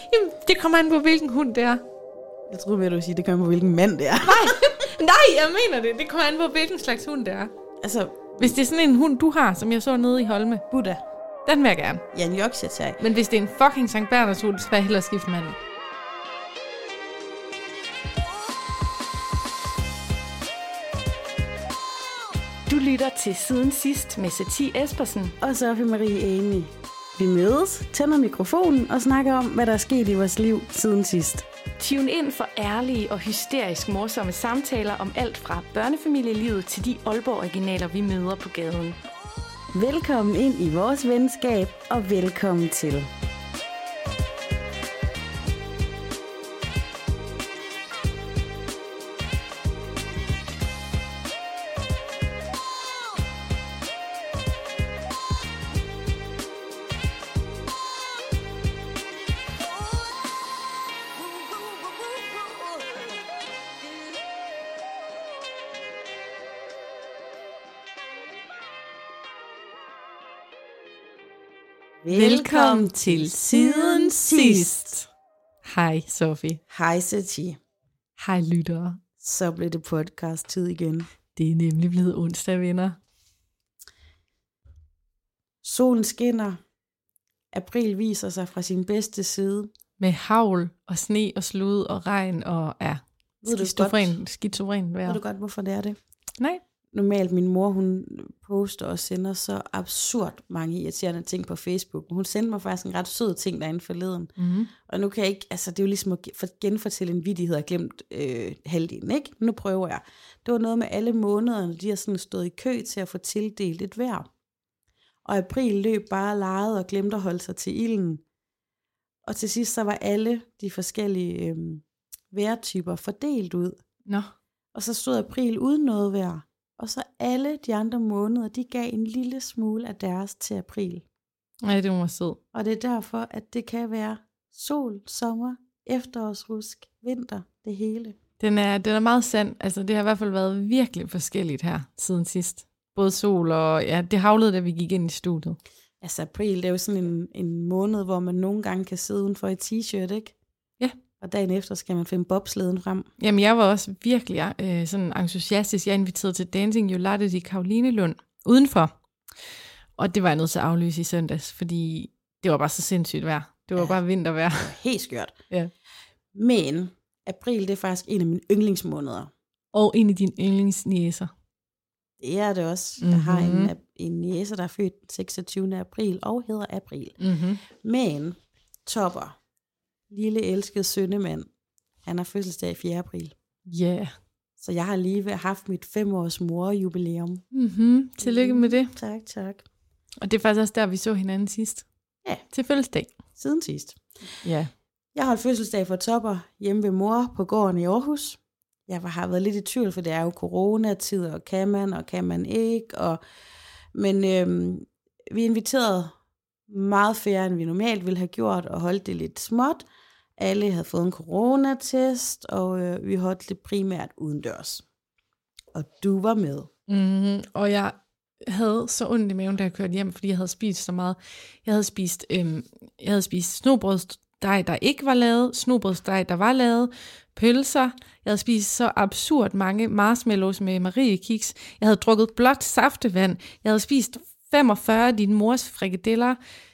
Jamen, det kommer an på, hvilken hund det er. Jeg troede, at du ville sige, det kommer an på, hvilken mand det er. Nej, jeg mener det. Det kommer an på, hvilken slags hund det er. Altså, Hvis det er sådan en hund, du har, som jeg så nede i Holme, Buddha. den vil jeg gerne. Ja, en Yorkshire. Men hvis det er en fucking Sankt Bernards hund, så vil jeg hellere skifte manden. Du lytter til Siden Sidst med Satie Espersen. Og Sofie Marie Amy. Vi mødes, tænder mikrofonen og snakker om, hvad der er sket i vores liv siden sidst. Tune ind for ærlige og hysterisk morsomme samtaler om alt fra børnefamilielivet til de Aalborg-originaler, vi møder på gaden. Velkommen ind i vores venskab, og velkommen til. Velkommen til Siden Sidst. Hej, Sofie. Hej, Satie. Hej, lyttere. Så blev det podcast-tid igen. Det er nemlig blevet onsdag, venner. Solen skinner. April viser sig fra sin bedste side. Med havl og sne og slud og regn og skizofren vejr. Ved du godt, hvorfor det er det? Nej. Normalt min mor, hun poster og sender så absurd mange irriterende ting på Facebook. Hun sendte mig faktisk en ret sød ting derinde forleden. Mm-hmm. Og nu kan jeg ikke, altså det er jo ligesom at genfortælle en vittighed, jeg har glemt halvdelen, ikke? Nu prøver jeg. Det var noget med alle månederne, de har sådan stået i kø til at få tildelt et vejr. Og april løb bare leget og glemte at holde sig til ilden. Og til sidst så var alle de forskellige vejrtyper fordelt ud. Nå. Og så stod april uden noget vejr. Og så alle de andre måneder, de gav en lille smule af deres til april. Nej, det var sød. Og det er derfor, at det kan være sol, sommer, efterårsrusk, vinter, det hele. Den er meget sand. Altså, det har i hvert fald været virkelig forskelligt her siden sidst. Både sol og, ja, det havlede, da vi gik ind i studiet. Altså april, det er jo sådan en måned, hvor man nogle gange kan sidde udenfor i t-shirt, ikke? Ja. Og dagen efter skal man finde bobsleden frem. Jamen, jeg var også virkelig sådan entusiastisk. Jeg inviterede til Dancing You Latte i Karolinelund udenfor. Og det var jeg nødt til at aflyse i søndags, fordi det var bare så sindssygt vejr. Det var bare vintervejr. Helt skørt. Ja. Men april, det er faktisk en af mine yndlingsmåneder. Og en af dine yndlingsniæser. Det er det også. Mm-hmm. Jeg har en niece, der er født den 26. april og hedder April. Mm-hmm. Men Topper, lille elskede sønnemand, han har fødselsdag i 4. april. Ja. Yeah. Så jeg har lige haft mit 5-års morjubilæum. Mm-hmm. Tillykke med det. Tak. Og det er faktisk også der, vi så hinanden sidst. Ja. Til fødselsdag. Siden sidst. Ja. Jeg holdt fødselsdag for Topper hjemme ved mor på gården i Aarhus. Jeg har været lidt i tvivl, for det er jo coronatid, og kan man ikke. Men vi inviterede meget færre, end vi normalt ville have gjort, og holdt det lidt småt. Alle havde fået en coronatest, og vi holdt det primært udendørs. Og du var med. Mm-hmm. Og jeg havde så ondt i maven, da jeg kørte hjem, fordi jeg havde spist så meget. Jeg havde spist snobrødsdej, der ikke var lavet, snobrødsdej, der var lavet, pølser. Jeg havde spist så absurd mange marshmallows med Marie-kiks. Jeg havde drukket blåt saftevand. Jeg havde spist 45 af din mors frikadeller.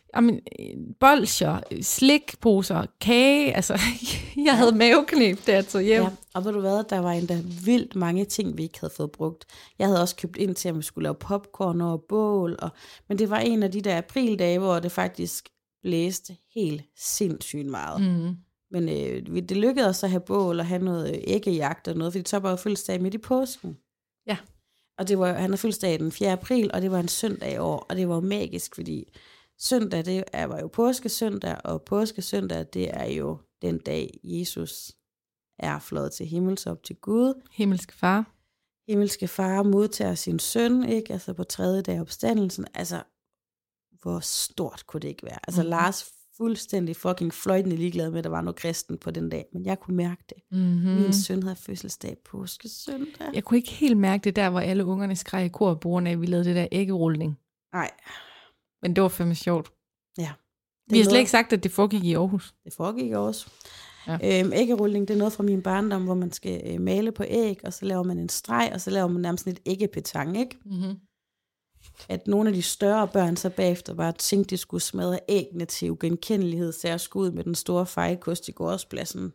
Bolsjer, slikposer, kage. Altså, jeg havde mavekneb, da jeg tog hjem. Ja, og ved du hvad, der var endda vildt mange ting, vi ikke havde fået brugt. Jeg havde også købt ind til, at vi skulle lave popcorn over bål. Men det var en af de der aprildage, hvor det faktisk blæste helt sindssygt meget. Mm. Men det lykkedes os at have bål og have noget æggejagt og noget, fordi Topper var fødselsdag midt i påsken. Ja. Og han havde fødselsdag den 4. april, og det var en søndag i år, og det var magisk, fordi søndag, var jo påskesøndag, og påskesøndag, det er jo den dag, Jesus er flået til himmels op til Gud. Himmelske far. Himmelske far modtager sin søn, ikke? Altså på 3. dag opstandelsen. Altså, hvor stort kunne det ikke være? Altså, Lars fuldstændig fucking fløjtende ligeglad med, at der var noget kristen på den dag, men jeg kunne mærke det. Mm-hmm. Min søn havde fødselsdag påskesøndag. Jeg kunne ikke helt mærke det der, hvor alle ungerne skreg i kor på bordene af, vi lavede det der æggerulning. Nej. Men det var fandme sjovt. Ja. Vi har slet ikke sagt, at det foregik i Aarhus. Det foregik også. Ja. Æggerulning, det er noget fra min barndom, hvor man skal male på æg, og så laver man en streg, og så laver man nærmest et æggepetang, ikke? Mm-hmm. At nogle af de større børn så bagefter bare tænkte, de skulle smadre æggene til ugenkendelighed, så jeg skulle ud med den store fejkost i gårdspladsen.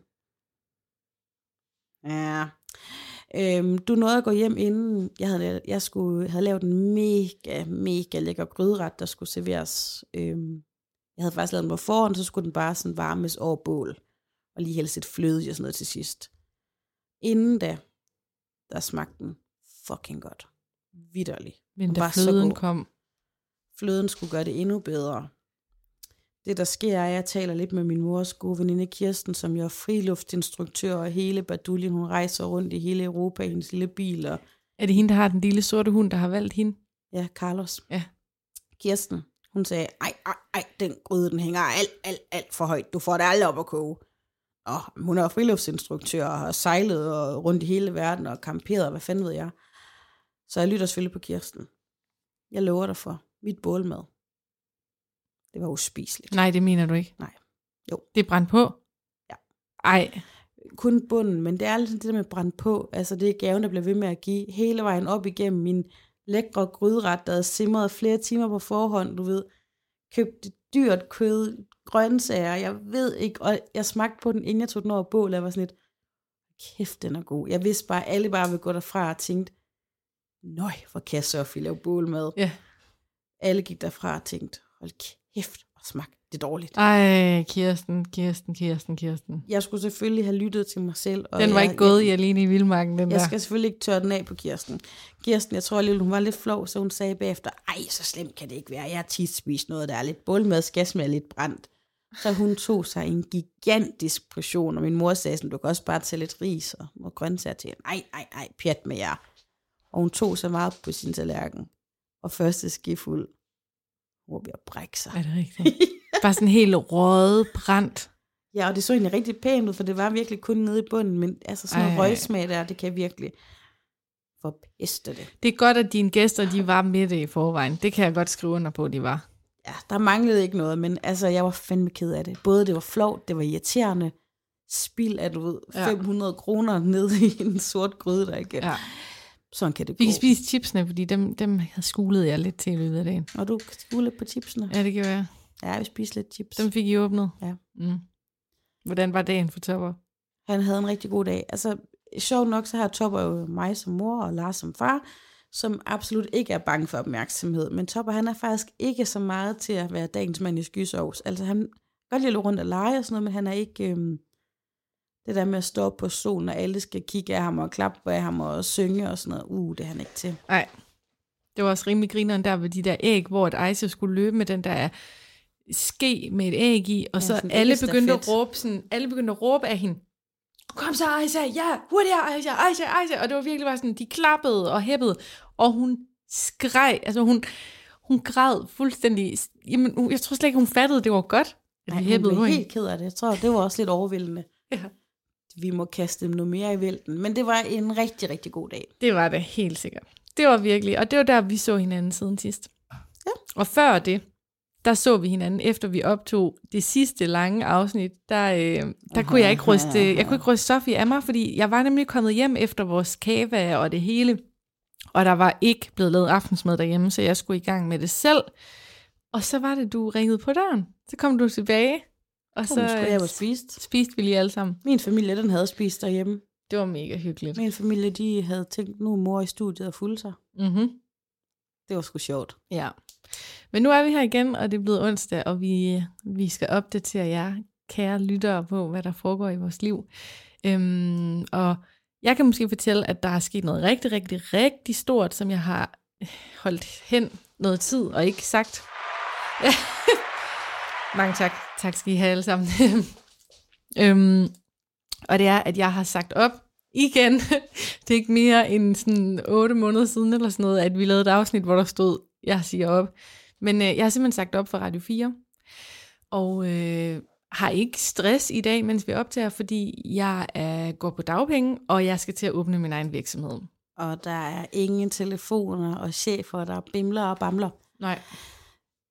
Ja. Du nåede at gå hjem inden. Jeg havde lavet en mega lækker gryderet, der skulle serveres. Jeg havde faktisk lavet den på forhånd, så skulle den bare sådan varmes over bål. Og lige helst et fløde og sådan noget til sidst. Inden da, der smagte den fucking godt. Vitterlig. Men da fløden kom. Fløden skulle gøre det endnu bedre. Det der sker er, at jeg taler lidt med min mors gode veninde Kirsten, som jo er friluftinstruktør og hele baduljen. Hun rejser rundt i hele Europa i hendes lille bil. Og er det hende, der har den lille sorte hund, der har valgt hende? Ja, Carlos. Ja. Kirsten, hun sagde, ej, den gryde, den hænger alt for højt. Du får det aldrig op at koge. Og hun er friluftsinstruktør og har sejlet og rundt i hele verden og camperet, og hvad fanden ved jeg. Så jeg lytter selvfølgelig på Kirsten. Jeg lover dig for mit bålmad. Det var uspiseligt. Nej, det mener du ikke. Nej. Jo. Det er brændt på? Ja. Ej. Kun bunden, men det er lidt det der med brændt på. Altså det er gaven, der bliver ved med at give hele vejen op igennem min lækre gryderet, der havde simret flere timer på forhånd, du ved. Købte dyrt kød, grøntsager, jeg ved ikke, og jeg smagte på den, inden jeg tog den over bål, og jeg var sådan lidt, kæft, den er god. Jeg vidste bare, at alle bare ville gå derfra og tænkte, nøj, hvor kan jeg så lave bålmad. Ja. Alle gik derfra og tænkte, hold kæft, og smag, det er dårligt. Ej, Kirsten. Jeg skulle selvfølgelig have lyttet til mig selv. Og den var ikke gået i alene i vildmarken, den jeg der. skal selvfølgelig ikke tørre den af på Kirsten. Kirsten, jeg tror alligevel, hun var lidt flov, så hun sagde bagefter, ej, så slemt kan det ikke være. Jeg har tit spist noget, der er lidt bålmad, skal smage lidt brændt. Så hun tog sig en gigantisk portion, og min mor sagde sådan, du kan også bare tage lidt ris og grøntsager til. Nej, pjat med jer. Og hun tog så meget på sin tallerken. Og første skifuld, hun var ved at brække sig. Er det rigtigt? Bare sådan helt røget, brændt. Ja, og det så egentlig rigtig pænt ud, for det var virkelig kun nede i bunden, men altså sådan noget røgsmag der, det kan virkelig forpeste det. Det er godt, at dine gæster, de var med det i forvejen. Det kan jeg godt skrive under på, de var. Ja, der manglede ikke noget, men altså, jeg var fandme ked af det. Både det var flovt, det var irriterende, spild af, du ved, 500 kroner nede i en sort gryde, der ikke. Ja. Sådan kan det gå. Vi kan spise chipsene, fordi dem skulede jeg lidt til i løbet af dagen. Og du skulede på chipsene? Ja, det gjorde jeg. Ja, vi spiste lidt chips. Dem fik I åbnet? Ja. Mm. Hvordan var dagen for Topper? Han havde en rigtig god dag. Altså, sjovt nok, så har Topper jo mig som mor og Lars som far, som absolut ikke er bange for opmærksomhed. Men Topper, han er faktisk ikke så meget til at være dagens mand i skysovs. Altså, han kan godt lide at rundt og lege og sådan noget, men han er ikke det der med at stå op på solen, og alle skal kigge af ham og klappe af ham og synge og sådan noget. Det er han ikke til. Nej. Det var også rimelig grineren der ved de der æg, hvor et Aisha skulle løbe med den der ske med et æg i, og så alle begyndte at råbe af hende. Kom så, Aisha, ja, hurtigere, Aisha, og det var virkelig bare sådan, de klappede og hæppede, og hun skreg, altså hun græd fuldstændig, jamen, jeg tror slet ikke, hun fattede, det var godt, at hun blev helt ked af det. Jeg tror, det var også lidt overvældende. Ja. Vi må kaste dem noget mere i vælten, men det var en rigtig, rigtig god dag. Det var det, helt sikkert. Det var virkelig, og det var der, vi så hinanden siden sidst. Ja. Og før det, der så vi hinanden, efter vi optog det sidste lange afsnit, der kunne jeg ikke ryste Sofie af mig, fordi jeg var nemlig kommet hjem efter vores kava og det hele, og der var ikke blevet lavet aftensmad derhjemme, så jeg skulle i gang med det selv. Og så var det, du ringede på døren. Så kom du tilbage, og så jeg spiste vi lige alle sammen. Min familie, den havde spist derhjemme. Det var mega hyggeligt. Min familie, de havde tænkt, nu er mor i studiet og fulgte sig. Mhm. Det var sgu sjovt. Ja. Men nu er vi her igen, og det er blevet onsdag, og vi skal opdatere jer, kære lyttere, på, hvad der foregår i vores liv. Og jeg kan måske fortælle, at der er sket noget rigtig, rigtig, rigtig stort, som jeg har holdt hen noget tid, og ikke sagt. Ja. Mange tak. Tak skal I have alle sammen. Og det er, at jeg har sagt op igen. Det er ikke mere end sådan 8 måneder siden, eller sådan noget, at vi lavede et afsnit, hvor der stod, jeg siger op. Men jeg har simpelthen sagt op for Radio 4. Og har ikke stress i dag, mens vi optager, fordi jeg går på dagpenge, og jeg skal til at åbne min egen virksomhed. Og der er ingen telefoner og chefer, der bimler og bamler. Nej.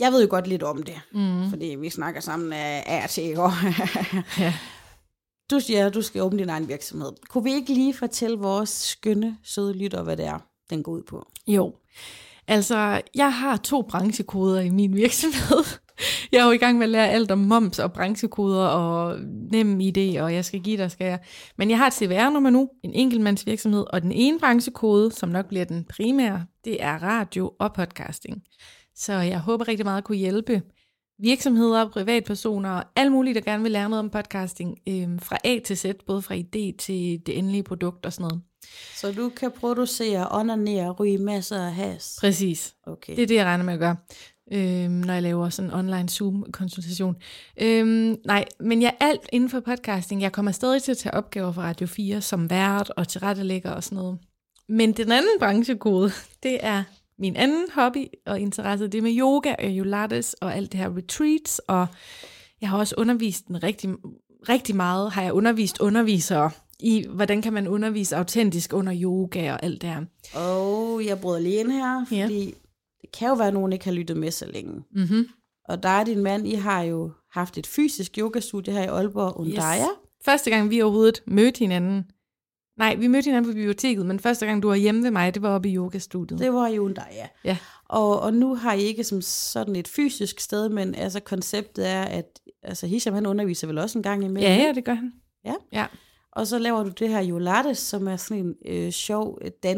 jeg ved jo godt lidt om det, fordi vi snakker sammen af til. Ja. Du siger, at du skal åbne din egen virksomhed. Kunne vi ikke lige fortælle vores skønne, søde lytter, hvad det er, den går ud på? Jo, altså jeg har 2 branchekoder i min virksomhed. Jeg er jo i gang med at lære alt om moms og branchekoder og nem idé, og jeg skal give dig, skal jeg. Men jeg har et CVR-nummer nu, en enkeltmandsvirksomhed, og den ene branchekode, som nok bliver den primære, det er radio og podcasting. Så jeg håber rigtig meget at kunne hjælpe virksomheder, privatpersoner og alle mulige, der gerne vil lære noget om podcasting, fra A til Z, både fra idé til det endelige produkt og sådan noget. Så du kan producere, onanere, ryge masser af has? Præcis. Okay. Det er det, jeg regner med at gøre, når jeg laver sådan en online Zoom-konsultation. Nej, men jeg er alt inden for podcasting. Jeg kommer stadig til at tage opgaver fra Radio 4 som vært og tilrettelægger og sådan noget. Men den anden branchekode, det er min anden hobby og interesse, det er med yoga og Pilates og alt det her retreats, og jeg har også undervist den rigtig meget, har jeg undervist undervisere i, hvordan kan man undervise autentisk under yoga og alt det her. Og jeg bryder lige ind her, fordi det kan jo være, at nogen ikke har lyttet med så længe. Mm-hmm. Og dig og din mand, I har jo haft et fysisk yogastudie her i Aalborg, Undaya. Yes. Første gang vi overhovedet mødte hinanden, nej, vi mødte hinanden på biblioteket, men første gang du var hjemme ved mig, det var oppe i yogastudiet. Det var jo Undaya. Ja. Og nu har I ikke som sådan et fysisk sted, men altså konceptet er, at altså Hisham, han underviser vel også en gang imellem? Ja, det gør han. Ja. Og så laver du det her Pilates, som er sådan en sjov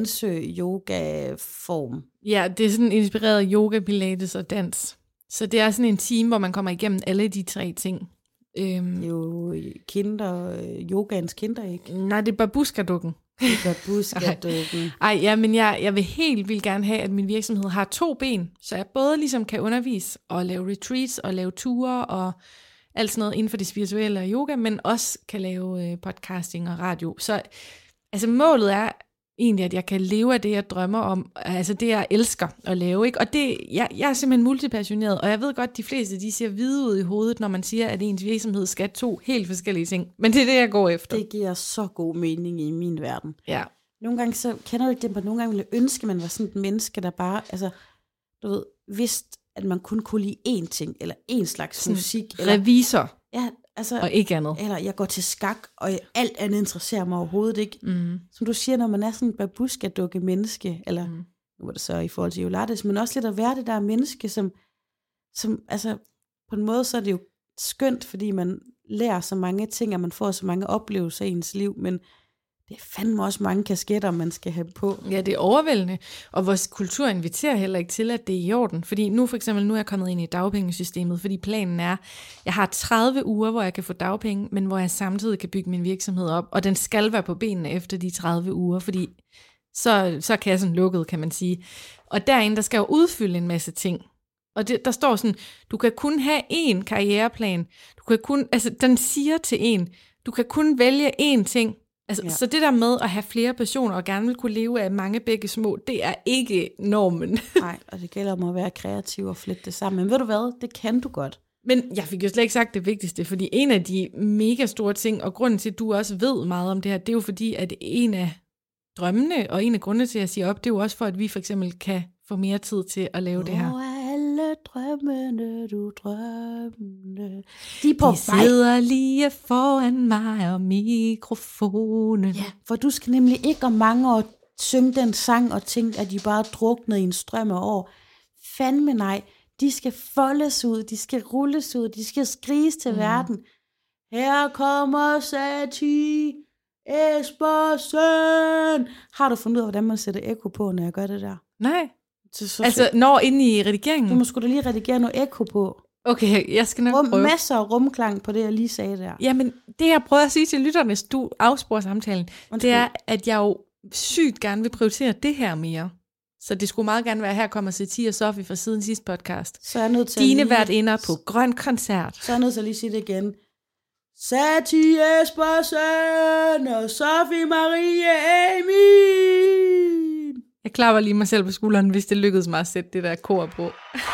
danse-yoga-form. Ja, det er sådan inspireret yoga, pilates og dans. Så det er sådan en time, hvor man kommer igennem alle de 3 ting. Det er jo yogaens kinder, ikke? Nej, det er babuska-dukken. Babuska-dukken. Ej, ja, men jeg vil helt vildt gerne have, at min virksomhed har 2 ben, så jeg både ligesom kan undervise og lave retreats og lave ture og alt sådan noget inden for det spirituelle og yoga, men også kan lave podcasting og radio. Så altså målet er egentlig, at jeg kan leve af det, jeg drømmer om, altså det, jeg elsker at lave, ikke? Og det, jeg er simpelthen multipassioneret, og jeg ved godt, de fleste, de ser hvide ud i hovedet, når man siger, at ens virksomhed skal 2 helt forskellige ting. Men det er det, jeg går efter. Det giver så god mening i min verden. Ja. Nogle gange så kender du ikke det, men nogle gange ville jeg ønske, at man var sådan et menneske, der bare, altså, du ved, vidste, at man kun kunne lide én ting, eller én slags sådan musik. Eller, revisor. Ja, altså, og ikke andet. Eller jeg går til skak, og alt andet interesserer mig overhovedet ikke. Mm. Som du siger, når man er sådan en babuska-dukke menneske, eller nu var det så i forhold til Pilates, men også lidt at være det der menneske, som altså på en måde, så er det jo skønt, fordi man lærer så mange ting, og man får så mange oplevelser i ens liv, men det er fandme også mange kasketter, man skal have på. Ja, det er overvældende, og vores kultur inviterer heller ikke til, at det er i orden. Fordi nu for eksempel, nu er jeg kommet ind i dagpengesystemet, fordi planen er, jeg har 30 uger, hvor jeg kan få dagpenge, men hvor jeg samtidig kan bygge min virksomhed op, og den skal være på benene efter de 30 uger, fordi så er kassen lukket, kan man sige. Og derinde, der skal jo udfylde en masse ting. Og der står sådan, du kan kun have én karriereplan, den siger til en, du kan kun vælge én ting. Altså, ja. Så det der med at have flere passioner og gerne vil kunne leve af mange begge små, det er ikke normen. Nej, og det gælder om at være kreativ og flette det sammen. Men ved du hvad, det kan du godt. Men jeg fik jo slet ikke sagt det vigtigste, fordi en af de mega store ting, og grunden til, at du også ved meget om det her, det er jo fordi, at en af drømmene, og en af grundene til, at jeg siger op, det er jo også for, at vi for eksempel kan få mere tid til at lave det her. Alle drømmene, du drømte. De sidder lige foran mig og mikrofonen. Ja, for du skal nemlig ikke om mange år synge den sang og tænke, at de bare druknede i en strøm af år. Fandme nej. De skal foldes ud, de skal rulles ud, de skal skriges til verden. Her kommer Sati Espersen. Har du fundet ud af, hvordan man sætter ekko på, når jeg gør det der? Nej. Altså, når inde i redigeringen? Du må sgu da lige redigere noget ekko på. Okay, jeg skal nok prøve. Masser af rumklang på det, jeg lige sagde der. Jamen, det jeg prøver at sige til lytterne, hvis du afsporer samtalen, det er, at jeg jo sygt gerne vil prioritere det her mere. Så det skulle meget gerne være, her kommer Sati og Sofie fra siden sidste podcast. Så er jeg nødt til Dine værtinder på Grøn Koncert. Så er jeg nødt til at lige sige det igen. Sati Espersen og Sofie Marie Emil. Jeg klapper lige mig selv på skulderen, hvis det lykkedes mig at sætte det der kor på.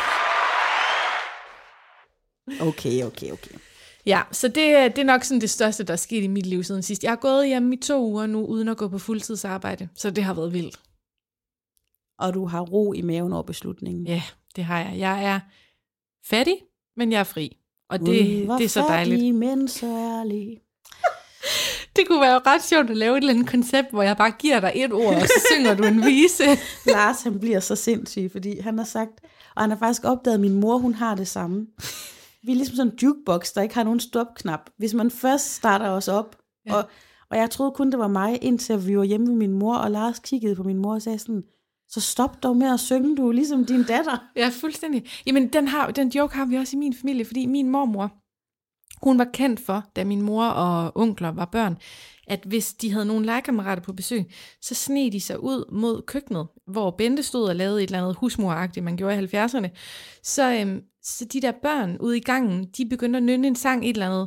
Okay. Ja, så det er nok sådan det største, der er sket i mit liv siden sidst. Jeg har gået hjemme i 2 uger nu, uden at gå på fuldtidsarbejde, så det har været vildt. Og du har ro i maven over beslutningen. Ja, det har jeg. Jeg er fattig, men jeg er fri. Og det er så dejligt. Fattig, men så ærlig. Det kunne være ret sjovt at lave et eller andet koncept, hvor jeg bare giver dig et ord, og så synger du en vise. Lars, han bliver så sindssyg, fordi han har sagt, og han har faktisk opdaget, at min mor, hun har det samme. Vi er ligesom sådan en jukebox, der ikke har nogen stopknap. Hvis man først starter os op, og jeg troede kun, det var mig, indtil vi var hjemme med min mor, og Lars kiggede på min mor og sagde sådan, så stop dog med at synge, du ligesom din datter. Ja, fuldstændig. Jamen, den joke har vi også i min familie, fordi min mormor, hun var kendt for, da min mor og onkler var børn, at hvis de havde nogle legekammerater på besøg, så sneg de sig ud mod køkkenet, hvor Bente stod og lavede et eller andet husmoragtigt, man gjorde i 70'erne. Så de der børn ude i gangen, de begyndte at nynne en sang, et eller andet.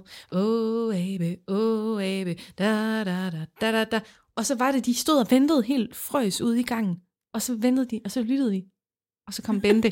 Oh, abe, da, da, da, da, da, da. Og så var det, de stod og ventede helt frøs ude i gangen. Og så ventede de, og så lyttede de. Og så kom Bente.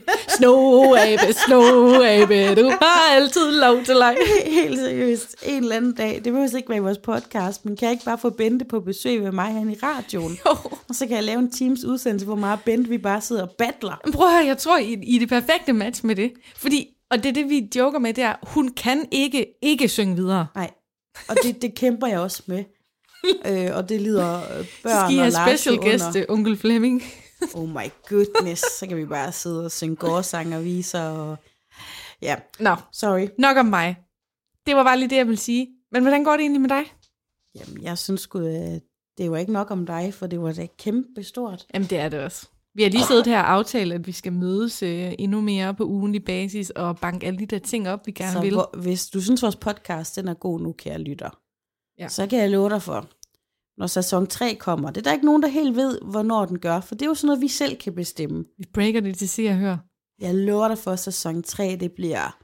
Snowabe, du har altid lov til leg. Helt seriøst. En eller anden dag, det behøver ikke være i vores podcast, men kan jeg ikke bare få Bente på besøg med mig her i radioen? Jo. Og så kan jeg lave en Teams udsendelse, hvor mig og Bente, vi bare sidder og battler. Prøv at høre, jeg tror, I er det perfekte match med det. Fordi, og det er det, vi joker med, det er, hun kan ikke synge videre. Nej, og det kæmper jeg også med. Og det lider børn Skal I og have Lars special guest, onkel Flemming? Oh my goodness, så kan vi bare sidde og synge gårdsange og viser. Og ja, sorry. Nok om mig. Det var bare lige det, jeg ville sige. Men hvordan går det egentlig med dig? Jamen, jeg synes sgu, det var ikke nok om dig, for det var da kæmpe stort. Jamen, det er det også. Vi har lige siddet her og aftalt, at vi skal mødes endnu mere på ugenlig basis og banke alle de der ting op, vi gerne vil. Hvis du synes, vores podcast den er god nu, kære lytter, så kan jeg love dig for, når sæson 3 kommer. Det er der ikke nogen, der helt ved, hvornår den gør, for det er jo sådan noget, vi selv kan bestemme. Vi breaker det til se og høre. Jeg lover dig for, at sæson 3, det bliver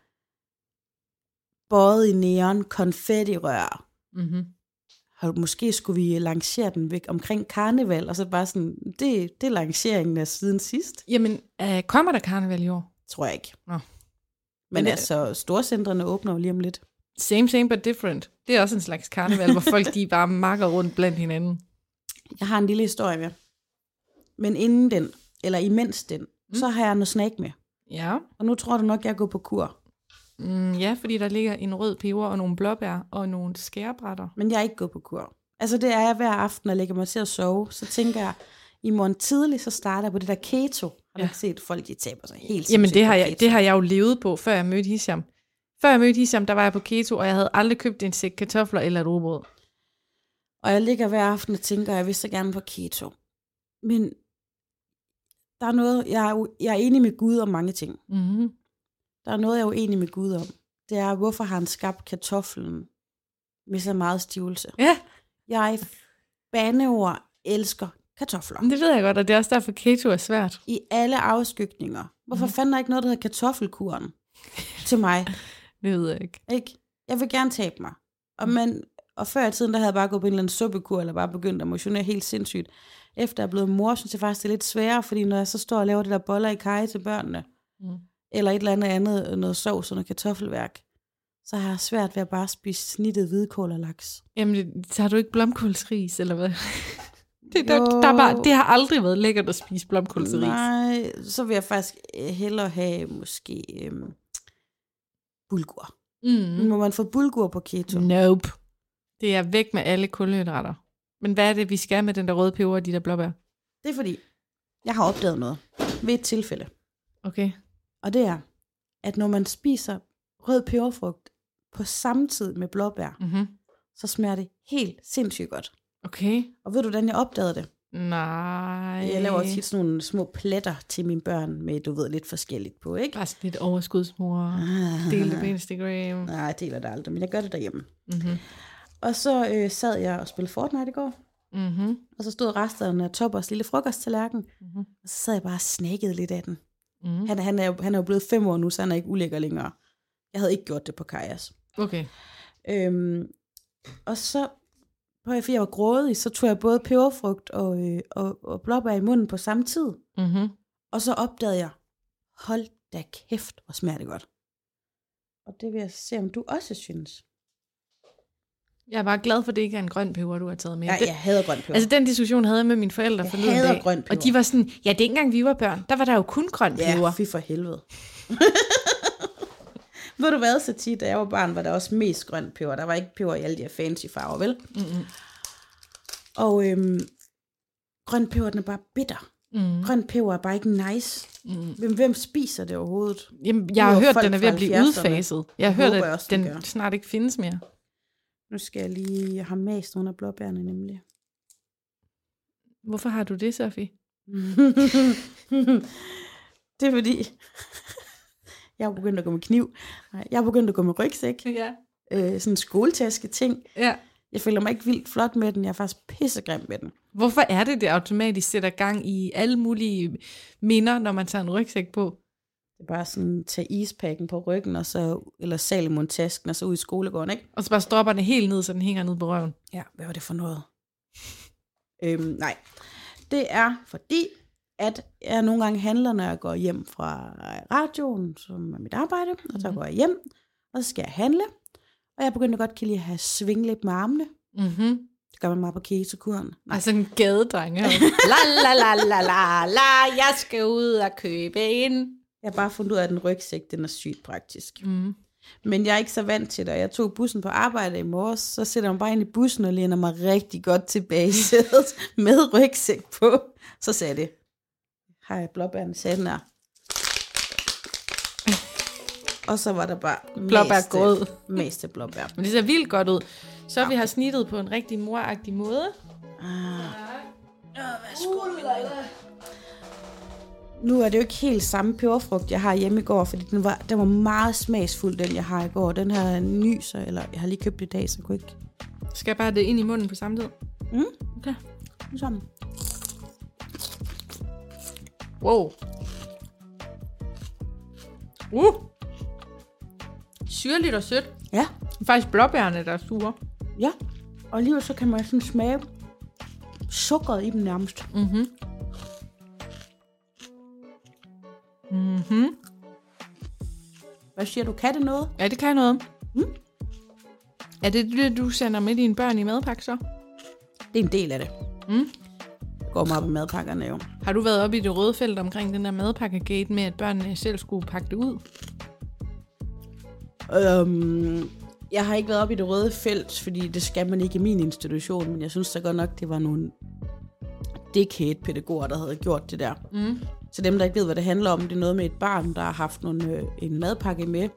bøjet i neon, konfettirør. Mm-hmm. Måske skulle vi lancere den væk omkring karneval, og så bare sådan, det er lanceringen af siden sidst. Jamen, kommer der karneval i år? Tror jeg ikke. Nå. Men altså, storcentrene åbner jo lige om lidt. Same but different. Det er også en slags karneval, hvor folk de bare makker rundt blandt hinanden. Jeg har en lille historie med. Men imens den, så har jeg noget snack med. Ja. Og nu tror du nok, jeg går på kur. Ja, fordi der ligger en rød peber og nogle blåbær og nogle skærebrætter. Men jeg er ikke gået på kur. Altså det er jeg hver aften, og lægger mig til at sove. Så tænker jeg, i morgen tidlig, så starter jeg på det der keto. Har du ikke set folk, de taber sig helt? Jamen det har jeg jo levet på, før jeg mødte Hisham. Før jeg mødte Hisham, der var jeg på keto, og jeg havde aldrig købt en sæk kartofler eller et rugbrød. Og jeg ligger hver aften og tænker, jeg vil så gerne på keto. Men der er noget, jeg er enig med Gud om mange ting. Mm-hmm. Der er noget, jeg er uenig med Gud om. Det er, hvorfor har han skabt kartoflen med så meget stivelse? Ja. Jeg bandeord elsker kartofler. Det ved jeg godt, og det er også derfor, keto er svært. I alle afskygninger. Hvorfor fanden er ikke noget, der hedder kartoffelkuren til mig? Det ved jeg ikke. Jeg vil gerne tabe mig. Og før i tiden, der havde jeg bare gået på en eller anden suppekur, eller bare begyndt at motionere helt sindssygt. Efter jeg er blevet mor, synes jeg faktisk, det er lidt sværere, fordi når jeg så står og laver det der boller i kaj til børnene, eller et eller andet, noget sovs og noget kartoffelværk, så har jeg svært ved at bare spise snittet hvidkål og laks. Jamen, så har du ikke blomkålsris, eller hvad? Det har aldrig været lækkert at spise blomkålsris. Nej, så vil jeg faktisk hellere have måske bulgur. Må man få bulgur på keto? Nope. Det er væk med alle kulhydrater. Men hvad er det, vi skal med den der røde peber og de der blåbær? Det er fordi, jeg har opdaget noget ved et tilfælde. Okay. Og det er, at når man spiser rød peberfrugt på samme tid med blåbær, så smager det helt sindssygt godt. Okay. Og ved du, hvordan jeg opdagede det? Nej. Jeg laver tit sådan nogle små pletter til mine børn med, du ved, lidt forskelligt på, ikke? Bare sådan lidt overskudsmor. Del det på Instagram. Nej, jeg deler det aldrig, men jeg gør det derhjemme. Og så sad jeg og spillede Fortnite i går. Og så stod resterne af Toppers lille frokosttallerken. Og så sad jeg bare og snakkede lidt af den. Han er jo blevet 5 år nu, så han er ikke ulækker længere. Jeg havde ikke gjort det på Kajas. Okay. Og så, fordi jeg var grådig, så tog jeg både peberfrugt og blåbær i munden på samme tid. Og så opdagede jeg, hold da kæft, hvor smager det godt. Og det vil jeg se, om du også synes. Jeg er bare glad for, at det ikke er en grøn peber, du har taget med. Ja, jeg hader grøn peber. Altså den diskussion havde jeg med mine forældre forleden dag. Jeg hader grøn peber. Og de var sådan, ja, det er ikke engang vi var børn. Der var der jo kun grøn peber. Ja, fy for helvede. Ved du hvad, så tit, da jeg var barn, var der også mest grønt peber. Der var ikke peber i alle de her fancy farver, vel? Mm-hmm. Og grønt peber, den er bare bitter. Mm. Grønt peber er bare ikke nice. Hvem spiser det overhovedet? Jamen, jeg har hørt, den er ved at blive udfaset. Jeg har hørt, at den snart ikke findes mere. Nu skal jeg lige have mast nogle af blåbærne, nemlig. Hvorfor har du det, Sofie? Det er fordi, jeg er begyndt at gå med kniv. Jeg er begyndt at gå med rygsæk. Ja. Sådan en skoletaske ting. Ja. Jeg føler mig ikke vildt flot med den. Jeg er faktisk pissegrim med den. Hvorfor er det automatisk sætter gang i alle mulige minder, når man tager en rygsæk på? Det er bare sådan, tage ispakken på ryggen, og så, eller Salomon-tasken, og så ud i skolegården, ikke? Og så bare stopper den helt ned, så den hænger ned på røven. Ja, hvad var det for noget? Nej, det er fordi, at jeg nogle gange handler, når jeg går hjem fra radioen, som er mit arbejde, og så går jeg hjem, og så skal jeg handle, og jeg begynder godt at have svinglip med armene. Mm-hmm. Det gør man meget på Ketekuren. Altså en gadedreng. La la la la la la, jeg skal ud og købe en. Jeg har bare fundet ud af, at den rygsæk, den er sygt praktisk. Mm. Men jeg er ikke så vant til det, og jeg tog bussen på arbejde i morges, så sætter jeg mig bare ind i bussen og læner mig rigtig godt tilbage i sædet med rygsæk på. Så sagde det, hej blåbærne, sagde den her. Og så var der bare meste blåbær. Men det ser vildt godt ud. Så vi har snittet på en rigtig moragtig måde. Nu er det jo ikke helt samme peberfrugt, jeg har hjemme i går, fordi den var meget smagsfuld, den jeg har i går. Den her nyser, eller jeg har lige købt i dag, så jeg kunne ikke... Skal jeg bare det ind i munden på samme tid? Okay. Sammen. Wow. Syrligt og sødt. Ja. Det er faktisk blåbærne, der er sure. Ja. Og alligevel så kan man sådan smage sukkeret i dem nærmest. Mhm. Mhm. Hvad siger du? Kan det noget? Ja, det kan noget. Er det det, du sender med dine børn i madpakke så? Det er en del af det. Jeg går meget op i madpakkerne jo. Har du været oppe i det røde felt omkring den der madpakkegate med, at børnene selv skulle pakke det ud? Jeg har ikke været oppe i det røde felt, fordi det skal man ikke i min institution, men jeg synes da godt nok, det var nogle dickhead-pædagoger, der havde gjort det der. Så dem, der ikke ved, hvad det handler om, det er noget med et barn, der har haft en madpakke med,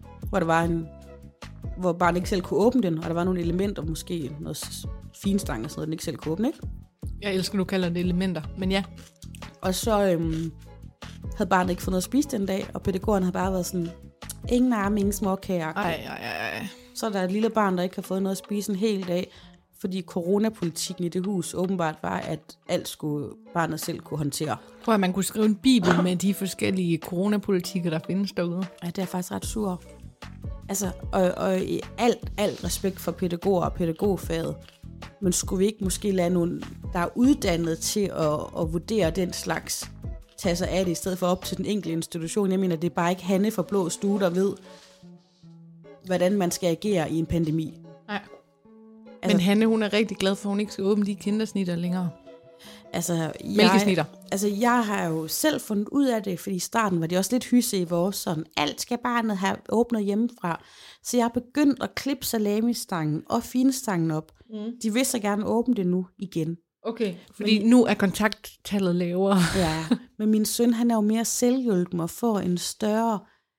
hvor barnet ikke selv kunne åbne den, og der var nogle elementer, måske noget finstang og sådan noget, den ikke selv kunne åbne, ikke? Jeg elsker, du kalder det elementer, men ja. Og så havde barnet ikke fået noget at spise den dag, og pædagogerne havde bare været sådan, ingen arme, ingen småkager. Ej. Så er der et lille barn, der ikke har fået noget at spise en hel dag, fordi coronapolitikken i det hus åbenbart var, at alt skulle barnet selv kunne håndtere. Prøv at man kunne skrive en bibel med de forskellige coronapolitikker, der findes derude. Ja, det er faktisk ret sur. Altså, og i alt respekt for pædagoger og pædagogfaget, men skulle vi ikke måske lade nogen, der er uddannet til at vurdere den slags, tage sig af det, i stedet for op til den enkelte institution? Jeg mener, det er bare ikke Hanne fra Blå Stue, der ved, hvordan man skal agere i en pandemi. Nej. Altså, men Hanne, hun er rigtig glad for, at hun ikke skal åbne de kindersnitter længere. Altså, mælkesnitter. Jeg har jo selv fundet ud af det, fordi i starten var de også lidt hysse i vores sådan, alt skal barnet have åbnet hjemmefra. Så jeg har begyndt at klippe salamistangen og finstangen op. De vil så gerne åbne det nu igen. Okay, fordi nu er kontakttallet lavere. Ja, men min søn, han er jo mere selvhjulpen og får en større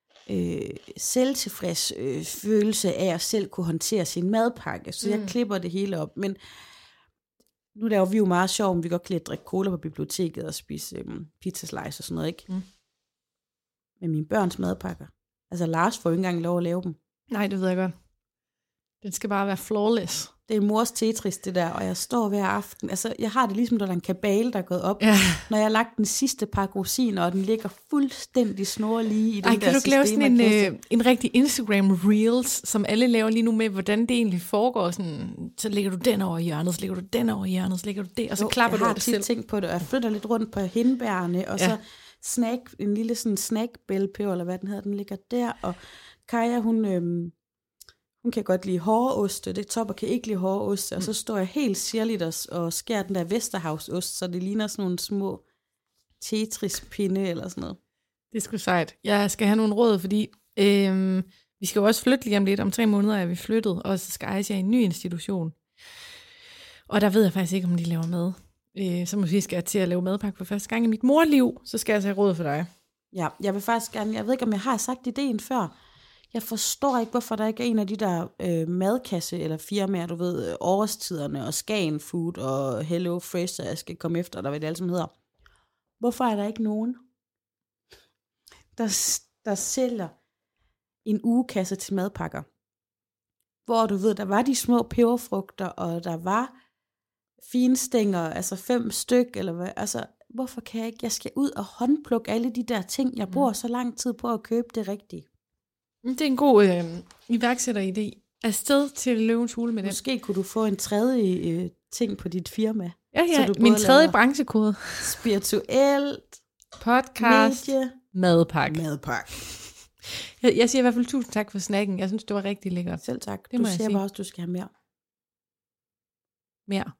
selvtilfreds følelse af at selv kunne håndtere sin madpakke. Så jeg klipper det hele op. Men nu laver vi jo meget sjov, om vi godt kan lide at drikke cola på biblioteket og spise pizzaslice og sådan noget, ikke? Men mine børns madpakker. Altså Lars får jo ikke engang lov at lave dem. Nej, det ved jeg godt. Den skal bare være flawless. Det er mors Tetris, det der, og jeg står hver aften. Altså, jeg har det ligesom, når der er en kabale, der er gået op. Ja. Når jeg har lagt den sidste pakke rosiner, og den ligger fuldstændig snorlige i den der kan du ikke lave sådan en rigtig Instagram Reels, som alle laver lige nu med, hvordan det egentlig foregår? Sådan, så lægger du den over hjørnet, så lægger du den over hjørnet, så lægger du det, og så klapper du det selv. Jeg har tit tænkt på det, og jeg flytter lidt rundt på hindbærene, og så en lille sådan snackbælpeber, eller hvad den hedder, den ligger der, og Kaja, hun kan godt lide hårde oste, det Topper kan ikke lide hårde oste, og så står jeg helt sirligt og skærer den der Vesterhavsost, så det ligner sådan nogle små Tetris-pinde eller sådan noget. Det er sgu sejt. Jeg skal have nogle råd, fordi Vi skal jo også flytte lige om lidt. Om 3 måneder er vi flyttet, og så skal Aisha i en ny institution. Og der ved jeg faktisk ikke, om de laver mad. Så måske skal jeg til at lave madpakke for første gang i mit morliv. Så skal jeg tage råd for dig. Ja, jeg vil faktisk gerne, jeg ved ikke, om jeg har sagt ideen før. Jeg forstår ikke, hvorfor der ikke er en af de der madkasse eller firmaer, du ved, Årstiderne og Skagen Food og Hello Fresh, jeg skal komme efter, eller hvad det alt som hedder. Hvorfor er der ikke nogen, der sælger en ugekasse til madpakker? Hvor du ved, der var de små peberfrugter, og der var finstænger, altså 5 styk, eller hvad, altså hvorfor kan jeg ikke? Jeg skal ud og håndplukke alle de der ting. Jeg bruger så lang tid på at købe det rigtige. Det er en god iværksætteridé. Afsted til Løvens Hule med den. Måske kunne du få en tredje ting på dit firma. Ja, min tredje branchekode. Spirituelt. Podcast. Medie. Madpakke. Madpakke. Jeg siger i hvert fald 1000 tak for snakken. Jeg synes, det var rigtig lækkert. Selv tak. Det du må jeg siger sige. bare også, du skal have mere. Mere.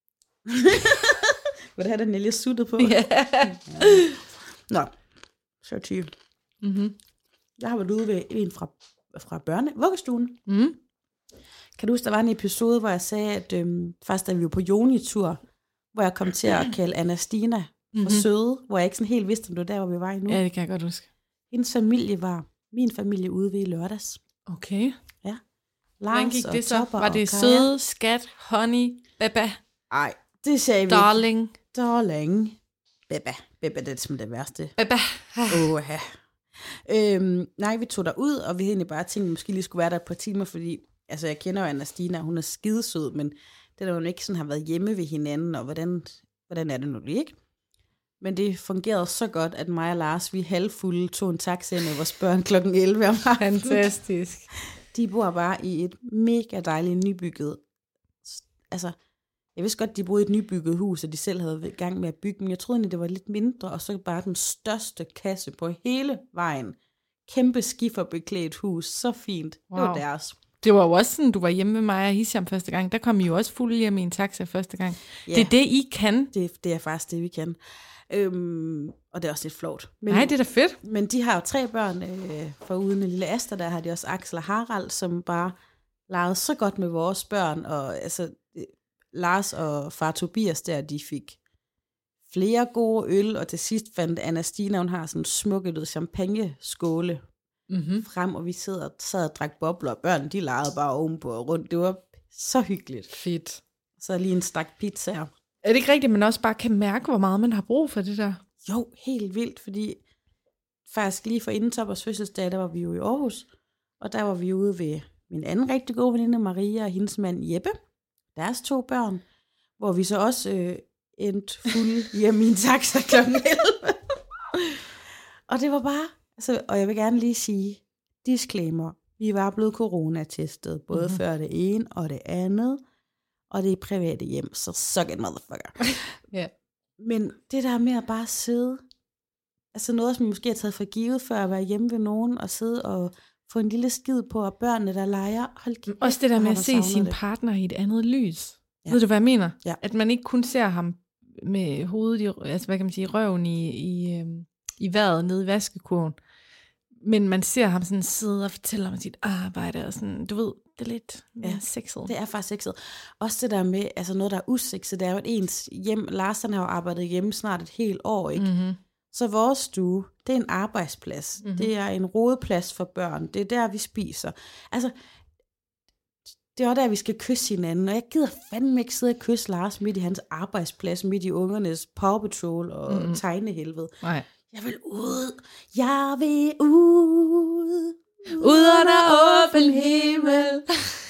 Vil du have den lille suttet på? Ja. Nå, så 20. Jeg har været ude ved en fra vuggestuen. Kan du huske, der var en episode, hvor jeg sagde, at faktisk da vi var på Joni-tur, hvor jeg kom til at kalde Anastina for søde, hvor jeg ikke sådan helt vidste, om det var der, hvor vi var endnu. Ja, det kan jeg godt huske. Hendes familie var min familie ude ved i lørdags. Okay. Ja. Hvordan gik det så? Topper Var det Kaja. søde, skat, honey, baba? Ej, det sagde vi Darling. ikke. Darling. Beba, det er simpelthen det værste. Baba. Nej, vi tog derud, og vi havde egentlig bare tænkt, at vi måske lige skulle være der et par timer, fordi altså, jeg kender jo Anastina, hun er skidesød, men det der jo ikke sådan har været hjemme ved hinanden, og hvordan er det nu lige, ikke? Men det fungerede så godt, at mig og Lars, vi halvfulde, tog en taxa med vores børn kl. 11 om aftenen. Fantastisk. De bor bare i et mega dejligt nybygget, altså, jeg vidste godt, de boede i et nybygget hus, og de selv havde været i gang med at bygge, men jeg troede egentlig, det var lidt mindre, og så bare den største kasse på hele vejen. Kæmpe skiferbeklædt hus, så fint. Wow. Det var deres. Det var jo også sådan, du var hjemme med mig og Hisham første gang. Der kom I jo også fulde hjem i en taxa første gang. Ja, det er det, I kan. Det er faktisk det, vi kan. Og det er også lidt flot. Nej, det er da fedt. Men de har jo 3 børn, foruden en lille Asta, der har de også Axel og Harald, som bare legede så godt med vores børn, og altså Lars og far Tobias der, de fik flere gode øl, og til sidst fandt Anastina, hun har sådan en smukke champagne-skåle frem, og vi sad og drak bobler, og børn, de legede bare ovenpå og rundt. Det var så hyggeligt. Fedt. Så lige en stak pizzaer. Er det ikke rigtigt, at man også bare kan mærke, hvor meget man har brug for det der? Jo, helt vildt, fordi faktisk lige for inden Toppers fødselsdag, der var vi jo i Aarhus, og der var vi ude ved min anden rigtig gode veninde, Maria, og hendes mand Jeppe, deres 2 børn, hvor vi så også endte fuld hjemme i en taxa kl. 11. Og det var bare, altså, og jeg vil gerne lige sige, disclaimer, vi var blevet coronatestet, både før det ene og det andet, og det er private hjem, så suck it, motherfucker. Yeah. Men det der med at bare sidde, altså noget, som måske har taget for givet før at være hjemme ved nogen, og sidde og få en lille skid på, og børnene, der leger. Også det der med at se sin partner i et andet lys. Ja. Ved du, hvad jeg mener? Ja. At man ikke kun ser ham med hovedet i, altså hvad kan man sige, røven i vejret nede i vaskekurven, men man ser ham sådan sidde og fortælle om sit arbejde, og sådan, du ved, det er lidt sexet. Det er faktisk sexet. Også det der med, altså noget, der er usexet, det er jo, at ens hjem, Lars har jo arbejdet hjemme snart et helt år, ikke? Så vores stue, det er en arbejdsplads. Det er en rodeplads for børn. Det er der, vi spiser. Altså, det er også der, vi skal kysse hinanden. Og jeg gider fandme ikke sidde og kysse Lars midt i hans arbejdsplads, midt i ungernes Paw Patrol og tegnehelvede. Nej. Jeg vil ud. Jeg vil ud. Ud under åben himmel.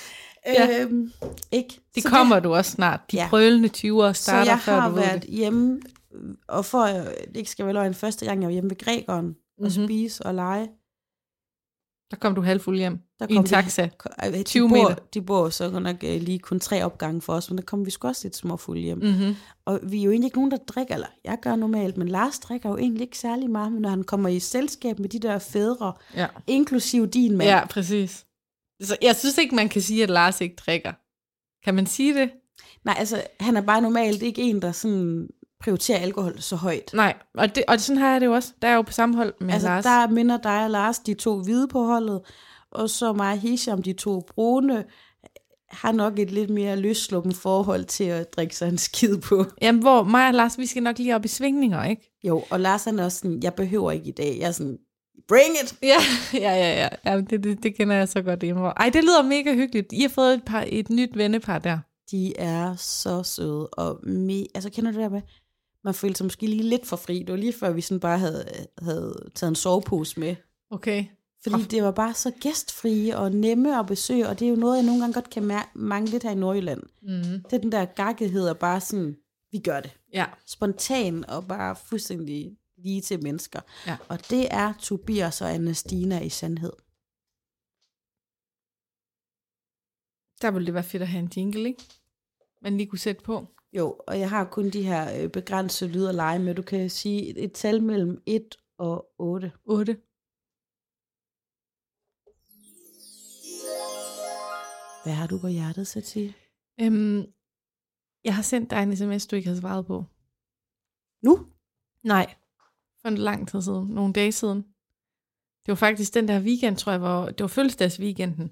Ikke? Det kommer du også snart. De prølende 20'ere starter, før du ved det. Så jeg har været hjemme, og for det ikke skal være løgn, første gang jeg var hjemme ved Grækeren, og spise og lege. Der kom du halvfuld hjem i en taxa. 20 meter. De bor så nok lige kun 3 opgange for os, men der kom vi sgu også lidt småfulde hjem. Og vi er jo egentlig ikke nogen, der drikker, eller jeg gør normalt, men Lars drikker jo egentlig ikke særlig meget, men når han kommer i selskab med de der fædre, inklusive din mand. Ja, præcis. Så jeg synes ikke, man kan sige, at Lars ikke drikker. Kan man sige det? Nej, altså han er bare normalt ikke en, der sådan prioriterer alkohol så højt. Nej, og sådan har jeg det jo også. Der er jo på samme hold med altså, Lars. Der minder dig og Lars, de 2 hvide på holdet, Og så mig og Hisham, de to brune, har nok et lidt mere løssluppen forhold til at drikke sig en skid på. Jamen, hvor mig og Lars, vi skal nok lige op i svingninger, ikke? Jo, og Lars er også sådan, jeg behøver ikke i dag. Jeg er sådan, bring it! Ja, det kender jeg så godt hjemme. Ej, det lyder mega hyggeligt. I har fået et nyt vennepar der. De er så søde, og altså kender du det der med, man følte sig måske lige lidt for fri. Det var lige før, vi sådan bare havde taget en sovepose med. Okay. Fordi det var bare så gæstfrie og nemme at besøge, og det er jo noget, jeg nogle gange godt kan mangle lidt her i Nordjylland. Mm. Det er den der gakkethed, og bare sådan, vi gør det. Ja. Spontan og bare fuldstændig lige til mennesker. Ja. Og det er Tobias og Anna-Stina i sandhed. Der ville det være fedt at have en jingle, ikke? Man lige kunne sætte på. Jo, og jeg har kun de her begrænsede lyder at lege med. Du kan sige et tal mellem 1 og 8. 8. Hvad har du på hjertet, Satie? Jeg har sendt dig en sms, du ikke har svaret på. Nu? Nej, for en lang tid siden. Nogle dage siden. Det var faktisk den der weekend, tror jeg, det var fødselsdagsweekenden.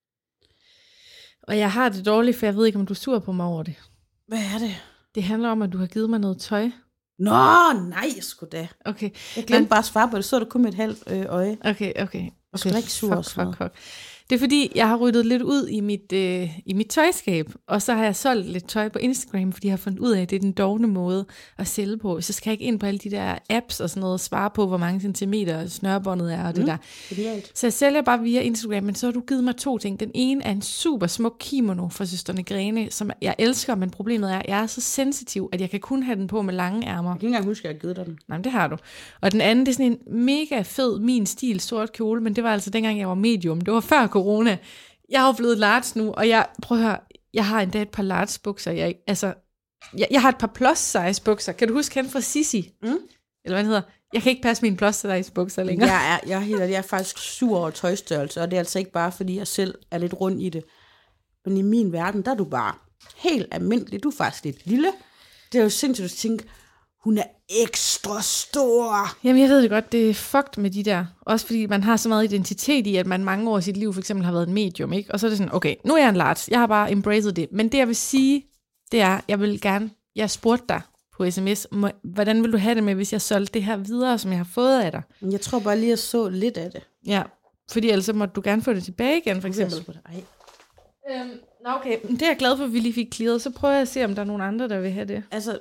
Og jeg har det dårligt, for jeg ved ikke, om du er sur på mig over det. Hvad er det? Det handler om, at du har givet mig noget tøj. Nå, nej, sgu da. Okay. Jeg glemte bare at svare på det, så er du kun med et halvt øje. Okay. Du skal ikke sur fuck. Det er fordi, jeg har ryddet lidt ud i mit tøjskab, og så har jeg solgt lidt tøj på Instagram, fordi jeg har fundet ud af, at det er den dovne måde at sælge på. Så skal jeg ikke ind på alle de der apps og sådan noget, og svare på, hvor mange centimeter snørbåndet er og det der. Genialt. Så jeg sælger bare via Instagram, men så har du givet mig 2 ting. Den ene er en super smuk kimono fra Søstrene Grene, som jeg elsker, men problemet er, at jeg er så sensitiv, at jeg kan kun have den på med lange ærmer. Jeg kan ikke engang huske, at jeg har givet dig den. Nej, det har du. Og den anden, det er sådan en mega fed, min stil, sort kjole, men det var altså dengang, jeg var medium. Det var før corona. Jeg er jo blevet large nu, og prøv at høre, jeg har endda et par large bukser. Jeg har et par plus size bukser. Kan du huske hende fra Sissi? Eller hvad det hedder? Jeg kan ikke passe mine plus size bukser længere. Jeg er faktisk sur over tøjstørrelse, og det er altså ikke bare, fordi jeg selv er lidt rund i det. Men i min verden, der er du bare helt almindelig. Du er faktisk lidt lille. Det er jo sindssygt at tænke, hun er ekstra stor. Jamen, jeg ved det godt, det er fucked med de der. Også fordi man har så meget identitet i, at man mange år i sit liv for eksempel har været en medium, ikke? Og så er det sådan, okay, nu er jeg en large. Jeg har bare embraced det. Men det, jeg vil sige, det er, jeg spurgte dig på sms, hvordan vil du have det med, hvis jeg solgte det her videre, som jeg har fået af dig? Jeg tror bare lige, jeg så lidt af det. Ja, fordi ellers måtte du gerne få det tilbage igen, for eksempel. Okay, det er jeg glad for, at vi lige fik clearet. Så prøver jeg at se, om der er nogen andre, der vil have det. Altså,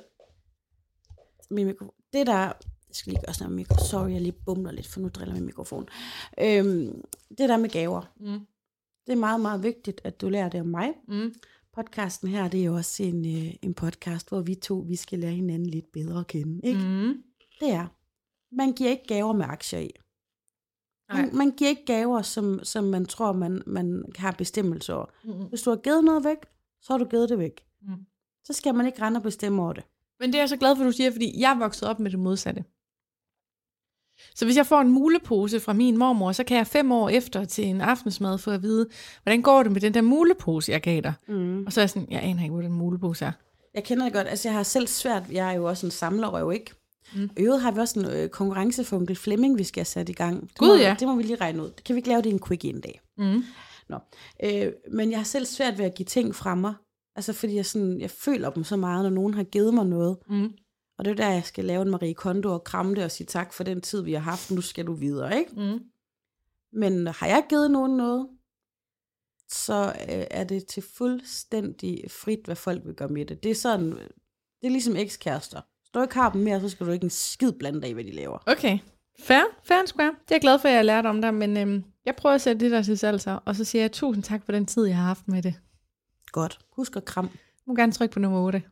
det der, jeg skal lige gøre sådan en mikrofon. Sorry, jeg lige bumler lidt, for nu driller min mikrofon. Det der med gaver. Det er meget, meget vigtigt, at du lærer det om mig. Podcasten her, det er jo også en podcast, hvor vi skal lære hinanden lidt bedre at kende. Ikke? Det er, man giver ikke gaver med aktier i. Man giver ikke gaver, som man tror, man har bestemmelse over. Hvis du har givet noget væk, så har du givet det væk. Så skal man ikke rende og bestemme over det. Men det er jeg så glad for, du siger, fordi jeg er vokset op med det modsatte. Så hvis jeg får en mulepose fra min mormor, så kan jeg 5 år efter til en aftensmad få at vide, hvordan går det med den der mulepose, jeg gav dig? Og så er jeg sådan, jeg aner ikke, hvor den mulepose er. Jeg kender det godt. Altså, jeg har selv svært. Jeg er jo også en samlerrøv, ikke? I øvrigt har vi også en konkurrence for onkel Flemming, vi skal have sat i gang. Det må vi lige regne ud. Kan vi ikke lave det i en quick en dag? Men jeg har selv svært ved at give ting fra mig. Altså, fordi jeg føler dem så meget, når nogen har givet mig noget. Og det er der, jeg skal lave en Marie Kondo og kramme det og sige tak for den tid, vi har haft. Nu skal du videre, ikke? Men har jeg givet nogen noget, så er det til fuldstændig frit, hvad folk vil gøre med det. Det er sådan, det er ligesom ekskærester. Hvis du ikke har dem mere, så skal du ikke en skid blande dig i, hvad de laver. Okay. Fair and square. Det er jeg glad for, at jeg har lært om dig, men jeg prøver at sætte det der til salg så, og så siger jeg 1000 tak for den tid, jeg har haft med det. Godt. Husk at kramme. Du må gerne trykke på nummer 8.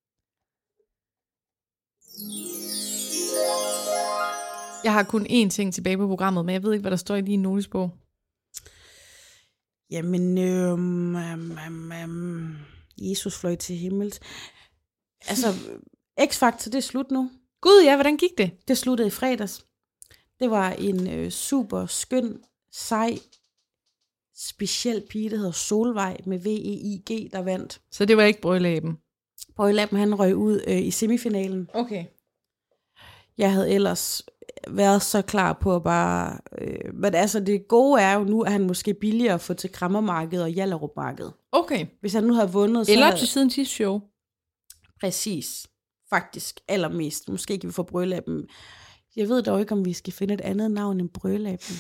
Jeg har kun én ting tilbage på programmet, men jeg ved ikke, hvad der står i din notesbog. Jamen, Jesus fløj til himmels. Altså, X-Factor, det er slut nu. Gud ja, hvordan gik det? Det sluttede i fredags. Det var en super skøn, sej, speciel pige, der hedder Solvej med VEIG, der vandt. Så det var ikke Brølaben? Brølaben, han røg ud i semifinalen. Okay. Jeg havde ellers været så klar på at bare... men altså, det gode er jo nu, at han måske billigere at få til Krammermarkedet og Hjallerup-markedet. Okay. Hvis han nu havde vundet, så Eller havde... til siden sidste show. Præcis. Faktisk allermest. Måske kan vi få Brølappen. Jeg ved dog ikke, om vi skal finde et andet navn end Brølappen.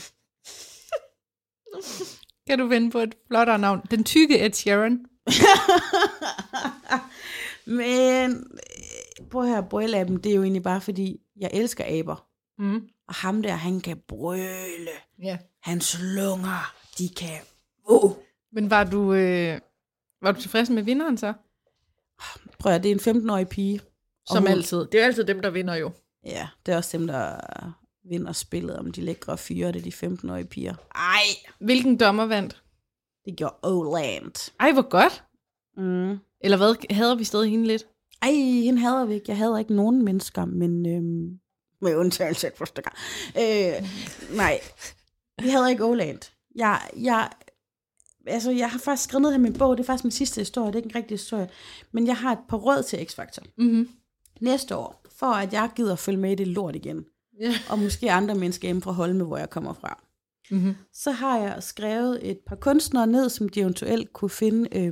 Kan du vende på et flottere navn? Den tykke Ed Sheeran. Men prøv her, Brølappen, det er jo egentlig bare fordi, jeg elsker aber. Mm. Og ham der, han kan brøle. Ja. Hans lunger, de kan... Men var du tilfreds med vinderen så? Prøv at det er en 15-årig pige. Som altid. Det er jo altid dem, der vinder jo. Ja, det er også dem, der vinder spillet om de lækre fyre, det er de 15-årige piger. Ej, Hvilken dommer vandt? det gjorde Oland. Ej, hvor godt. Mm. Eller hvad? Hader vi stadig hende lidt? Ej, hende hader vi ikke. Jeg hader ikke nogen mennesker, men med undtagelse af første gang. Nej, vi hader ikke Oland. Jeg har faktisk skrevet ned her i min bog, det er faktisk min sidste historie, det er ikke en rigtig historie, men jeg har et par råd til X-Factor. Mm-hmm. Næste år, for at jeg gider at følge med i det lort igen, og måske andre mennesker hjemme fra Holme, hvor jeg kommer fra, så har jeg skrevet et par kunstnere ned, som de eventuelt kunne finde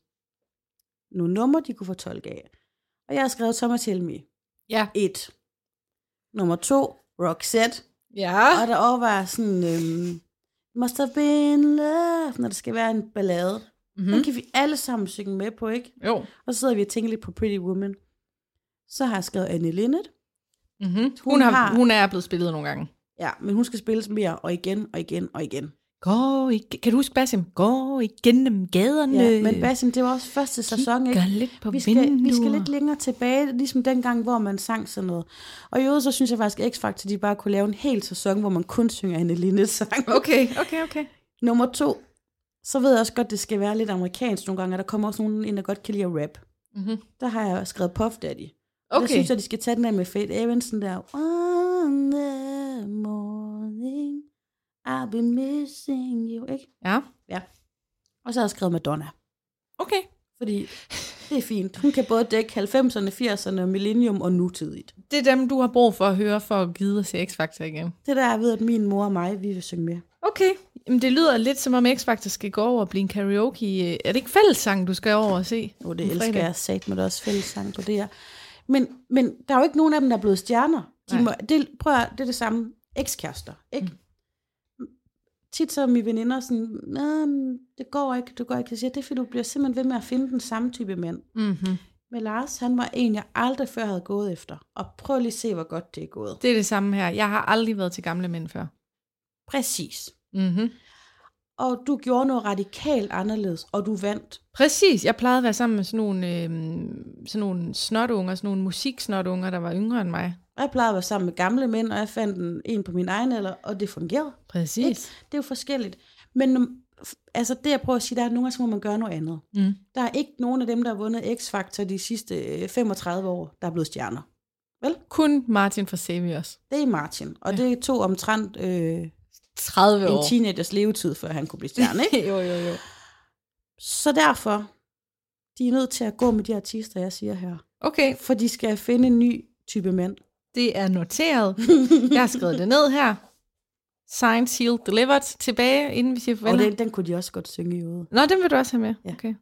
nogle numre, de kunne få tolk af. Og jeg har skrevet Thomas Helmig. Ja. 1. Nummer 2, Roxette. Ja. Og der overvejer sådan, must have been love, når det skal være en ballade. Mm-hmm. Den kan vi alle sammen synge med på, ikke? Jo. Og så sidder vi og tænker lidt på Pretty Woman. Så har jeg skrevet Anne Linnet. Mm-hmm. Hun er blevet spillet nogle gange. Ja, men hun skal spilles mere, og igen, og igen, og igen. Kan du huske Basim? Gå igennem gaderne. Ja, men Basim, det var også første sæson, ikke? Lidt på vi skal lidt længere tilbage, ligesom dengang, hvor man sang sådan noget. Og i øvrigt, så synes jeg faktisk, at X-Factor, de bare kunne lave en hel sæson, hvor man kun synger Anne Linnet sang. Okay. Nummer 2, så ved jeg også godt, det skal være lidt amerikansk nogle gange, og der kommer også nogen, der godt kan lide at rap. Mm-hmm. Der har jeg skrevet Puff Daddy. Okay. Der synes jeg, de skal tage den der med Faith Evansen der. On the morning, I'll be missing you, ikke? Ja. Og så har jeg skrevet Madonna. Okay. Fordi det er fint. Hun kan både dække 90'erne, 80'erne, millennium og nutidigt. Det er dem, du har brug for at høre, for at gide at se X-Factor igen. Det der, jeg ved, at min mor og mig, vi vil synge med. Okay. Jamen, det lyder lidt som om X-Factor skal gå over og blive en karaoke. Er det ikke fællessang, du skal over og se? Det elsker jeg sagt med, der også fællessang på det her. Men der er jo ikke nogen af dem, der er blevet stjerner. Det er det samme. Ekskærester, ikke? Tit så er mine veninder sådan, det går ikke. Jeg siger, det er fordi, du bliver simpelthen ved med at finde den samme type mænd. Mm-hmm. Men Lars, han var en, jeg aldrig før havde gået efter. Og prøv lige at se, hvor godt det er gået. Det er det samme her. Jeg har aldrig været til gamle mænd før. Præcis. Mm-hmm. Og du gjorde noget radikalt anderledes, og du vandt. Præcis. Jeg plejede at være sammen med sådan nogle snotunger, sådan nogle musiksnotunger, der var yngre end mig. Og jeg plejede at være sammen med gamle mænd, og jeg fandt en på min egen alder, og det fungerede. Præcis. Ikke? Det er jo forskelligt. Men altså det, jeg prøver at sige, der er nogle gange, så må man gøre noget andet. Mm. Der er ikke nogen af dem, der har vundet X-Factor de sidste 35 år, der er blevet stjerner. Vel? Kun Martin fra Saviors. Det er Martin, og det tog omtrent 30 år. En teenagers levetid, før han kunne blive stjerne, ikke? jo. Så derfor, de er nødt til at gå med de artister, jeg siger her. Okay. For de skal finde en ny type mænd. Det er noteret. Jeg har skrevet det ned her. Signed, sealed, delivered. Tilbage, inden vi siger farvel. Og den kunne de også godt synge i ude. Nå, den vil du også have med. Ja. Okay.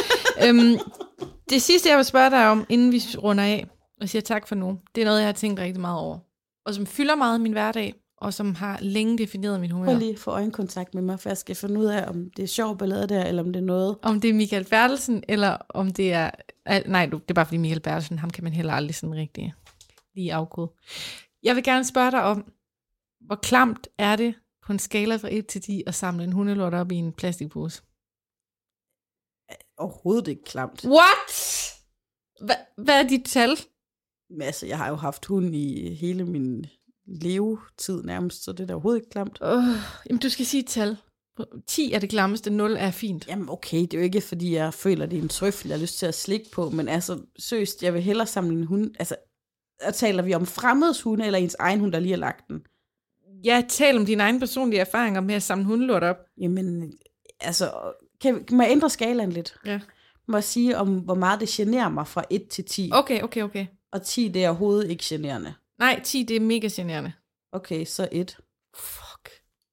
Det sidste, jeg vil spørge dig om, inden vi runder af, og siger tak for nu, det er noget, jeg har tænkt rigtig meget over. Og som fylder meget i min hverdag, og som har længe defineret min humør. Prøv lige at få øjenkontakt med mig, for jeg skal finde ud af, om det er sjov ballade der, eller om det er noget. Om det er Michael Bertelsen, eller om det er... Nej, det er bare fordi Michael Bertelsen, ham kan man heller aldrig sådan rigtig lige afkode. Jeg vil gerne spørge dig om, hvor klamt er det på en skala fra 1 til 10 at samle en hundelort op i en plastikpose? Overhovedet ikke klamt. What? Hvad er dit tal? Altså, jeg har jo haft hund i hele min levetid nærmest, så det er da overhovedet ikke klamt. Jamen, du skal sige et tal. 10 er det klammeste, 0 er fint. Jamen okay, det er jo ikke, fordi jeg føler, det er en trøffel, jeg har lyst til at slikke på, men altså, seriøst, jeg vil hellere samle en hund. Altså, taler vi om fremmeds hunde, eller ens egen hund, der lige har lagt den? Jeg taler om dine egne personlige erfaringer med at samle hundelort op. Jamen, altså, kan jeg ændre skalaen lidt? Ja. Må jeg sige, om hvor meget det generer mig fra 1 til 10? Okay. Og 10, det er overhovedet ikke generende. Nej, 10, det er mega generende. Okay, så 1. Fuck.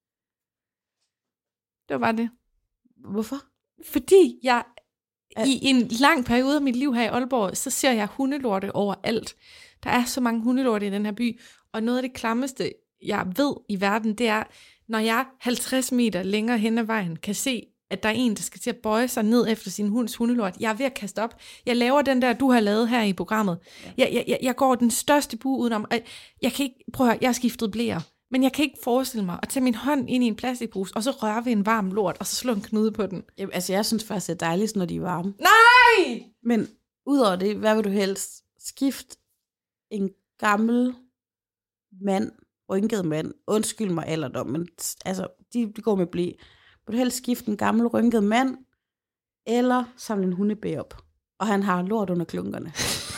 Det var bare det. Hvorfor? Fordi jeg i en lang periode af mit liv her i Aalborg, så ser jeg hundelorte overalt. Der er så mange hundelorte i den her by, og noget af det klammeste, jeg ved i verden, det er, når jeg 50 meter længere hen ad vejen kan se, at der er en, der skal til at bøje sig ned efter sin hunds hundelort. Jeg er ved at kaste op. Jeg laver den der, du har lavet her i programmet. Jeg går den største bue udenom. Jeg kan ikke, prøv at høre, jeg har skiftet blæer. Men jeg kan ikke forestille mig at tage min hånd ind i en plastikpose, og så røre ved en varm lort, og så slå en knude på den. Jamen, altså, jeg synes faktisk, det er dejligt, når de er varme. Nej! Men udover det, hvad vil du helst? Skift en gammel mand, rynket mand, undskyld mig alderdom, men altså, de går med blæ. Vil du helst skifte en gammel, rynket mand, eller samle en hundebæ op, og han har lort under klunkerne?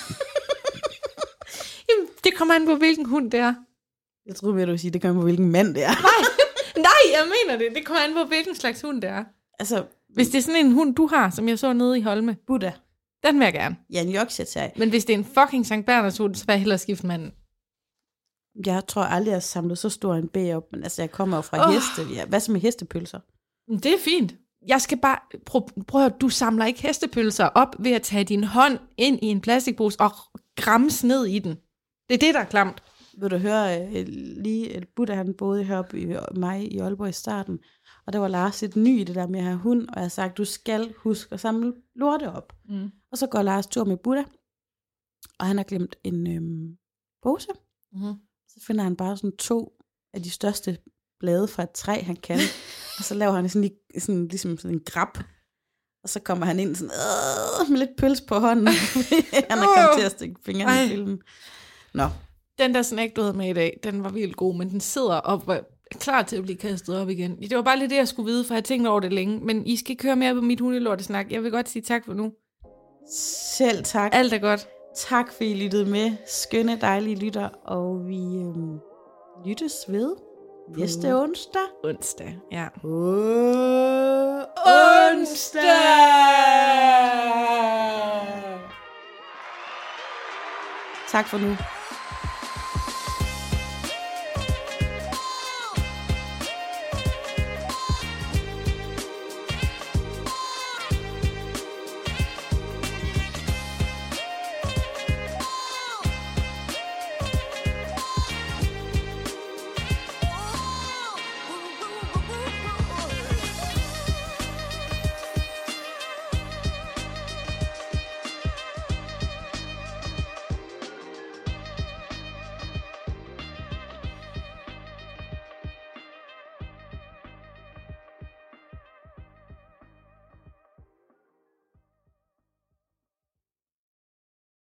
Jamen, det kommer an på, hvilken hund det er. Jeg troede mere, du ville sige, det kommer an på, hvilken mand det er. Nej, jeg mener det. Det kommer an på, hvilken slags hund det er. Altså, hvis det er sådan en hund, du har, som jeg så nede i Holme. Buddha. Den vil jeg gerne. Ja, en Yorkshire. Men hvis det er en fucking Sankt Bernards hund, så vil jeg hellere skifte manden. Jeg tror aldrig, jeg har samlet så stor en bæ op, men altså, jeg kommer jo fra heste. Ja, hvad så med hestepølser? Det er fint. Jeg skal bare prøv at du samler ikke hestepølser op ved at tage din hånd ind i en plastikpose og gramse ned i den. Det er det, der er klamt. Vil du høre lige, Buddha han boede heroppe i mig i Aalborg i starten, og der var Lars lidt ny i det der med at have hund, og jeg har sagt, du skal huske at samle lorte op. Mm. Og så går Lars tur med Buddha, og han har glemt en pose. Mm-hmm. Så finder han bare sådan 2 af de største blade fra et træ, han kan, og så laver han sådan ligesom sådan en grab, og så kommer han ind sådan, med lidt pøls på hånden, han er kommet til at stikke fingrene i filmen. Nå. Den der snack, du havde med i dag, den var vildt god, men den sidder op og er klar til at blive kastet op igen. Det var bare lidt det, jeg skulle vide, for jeg har tænkt over det længe. Men I skal ikke høre mere på mit hundelortesnak. Jeg vil godt sige tak for nu. Selv tak. Alt er godt. Tak for I lyttede med. Skønne, dejlige lytter, og vi lyttes ved næste onsdag. Onsdag, ja. Onsdag! Tak for nu.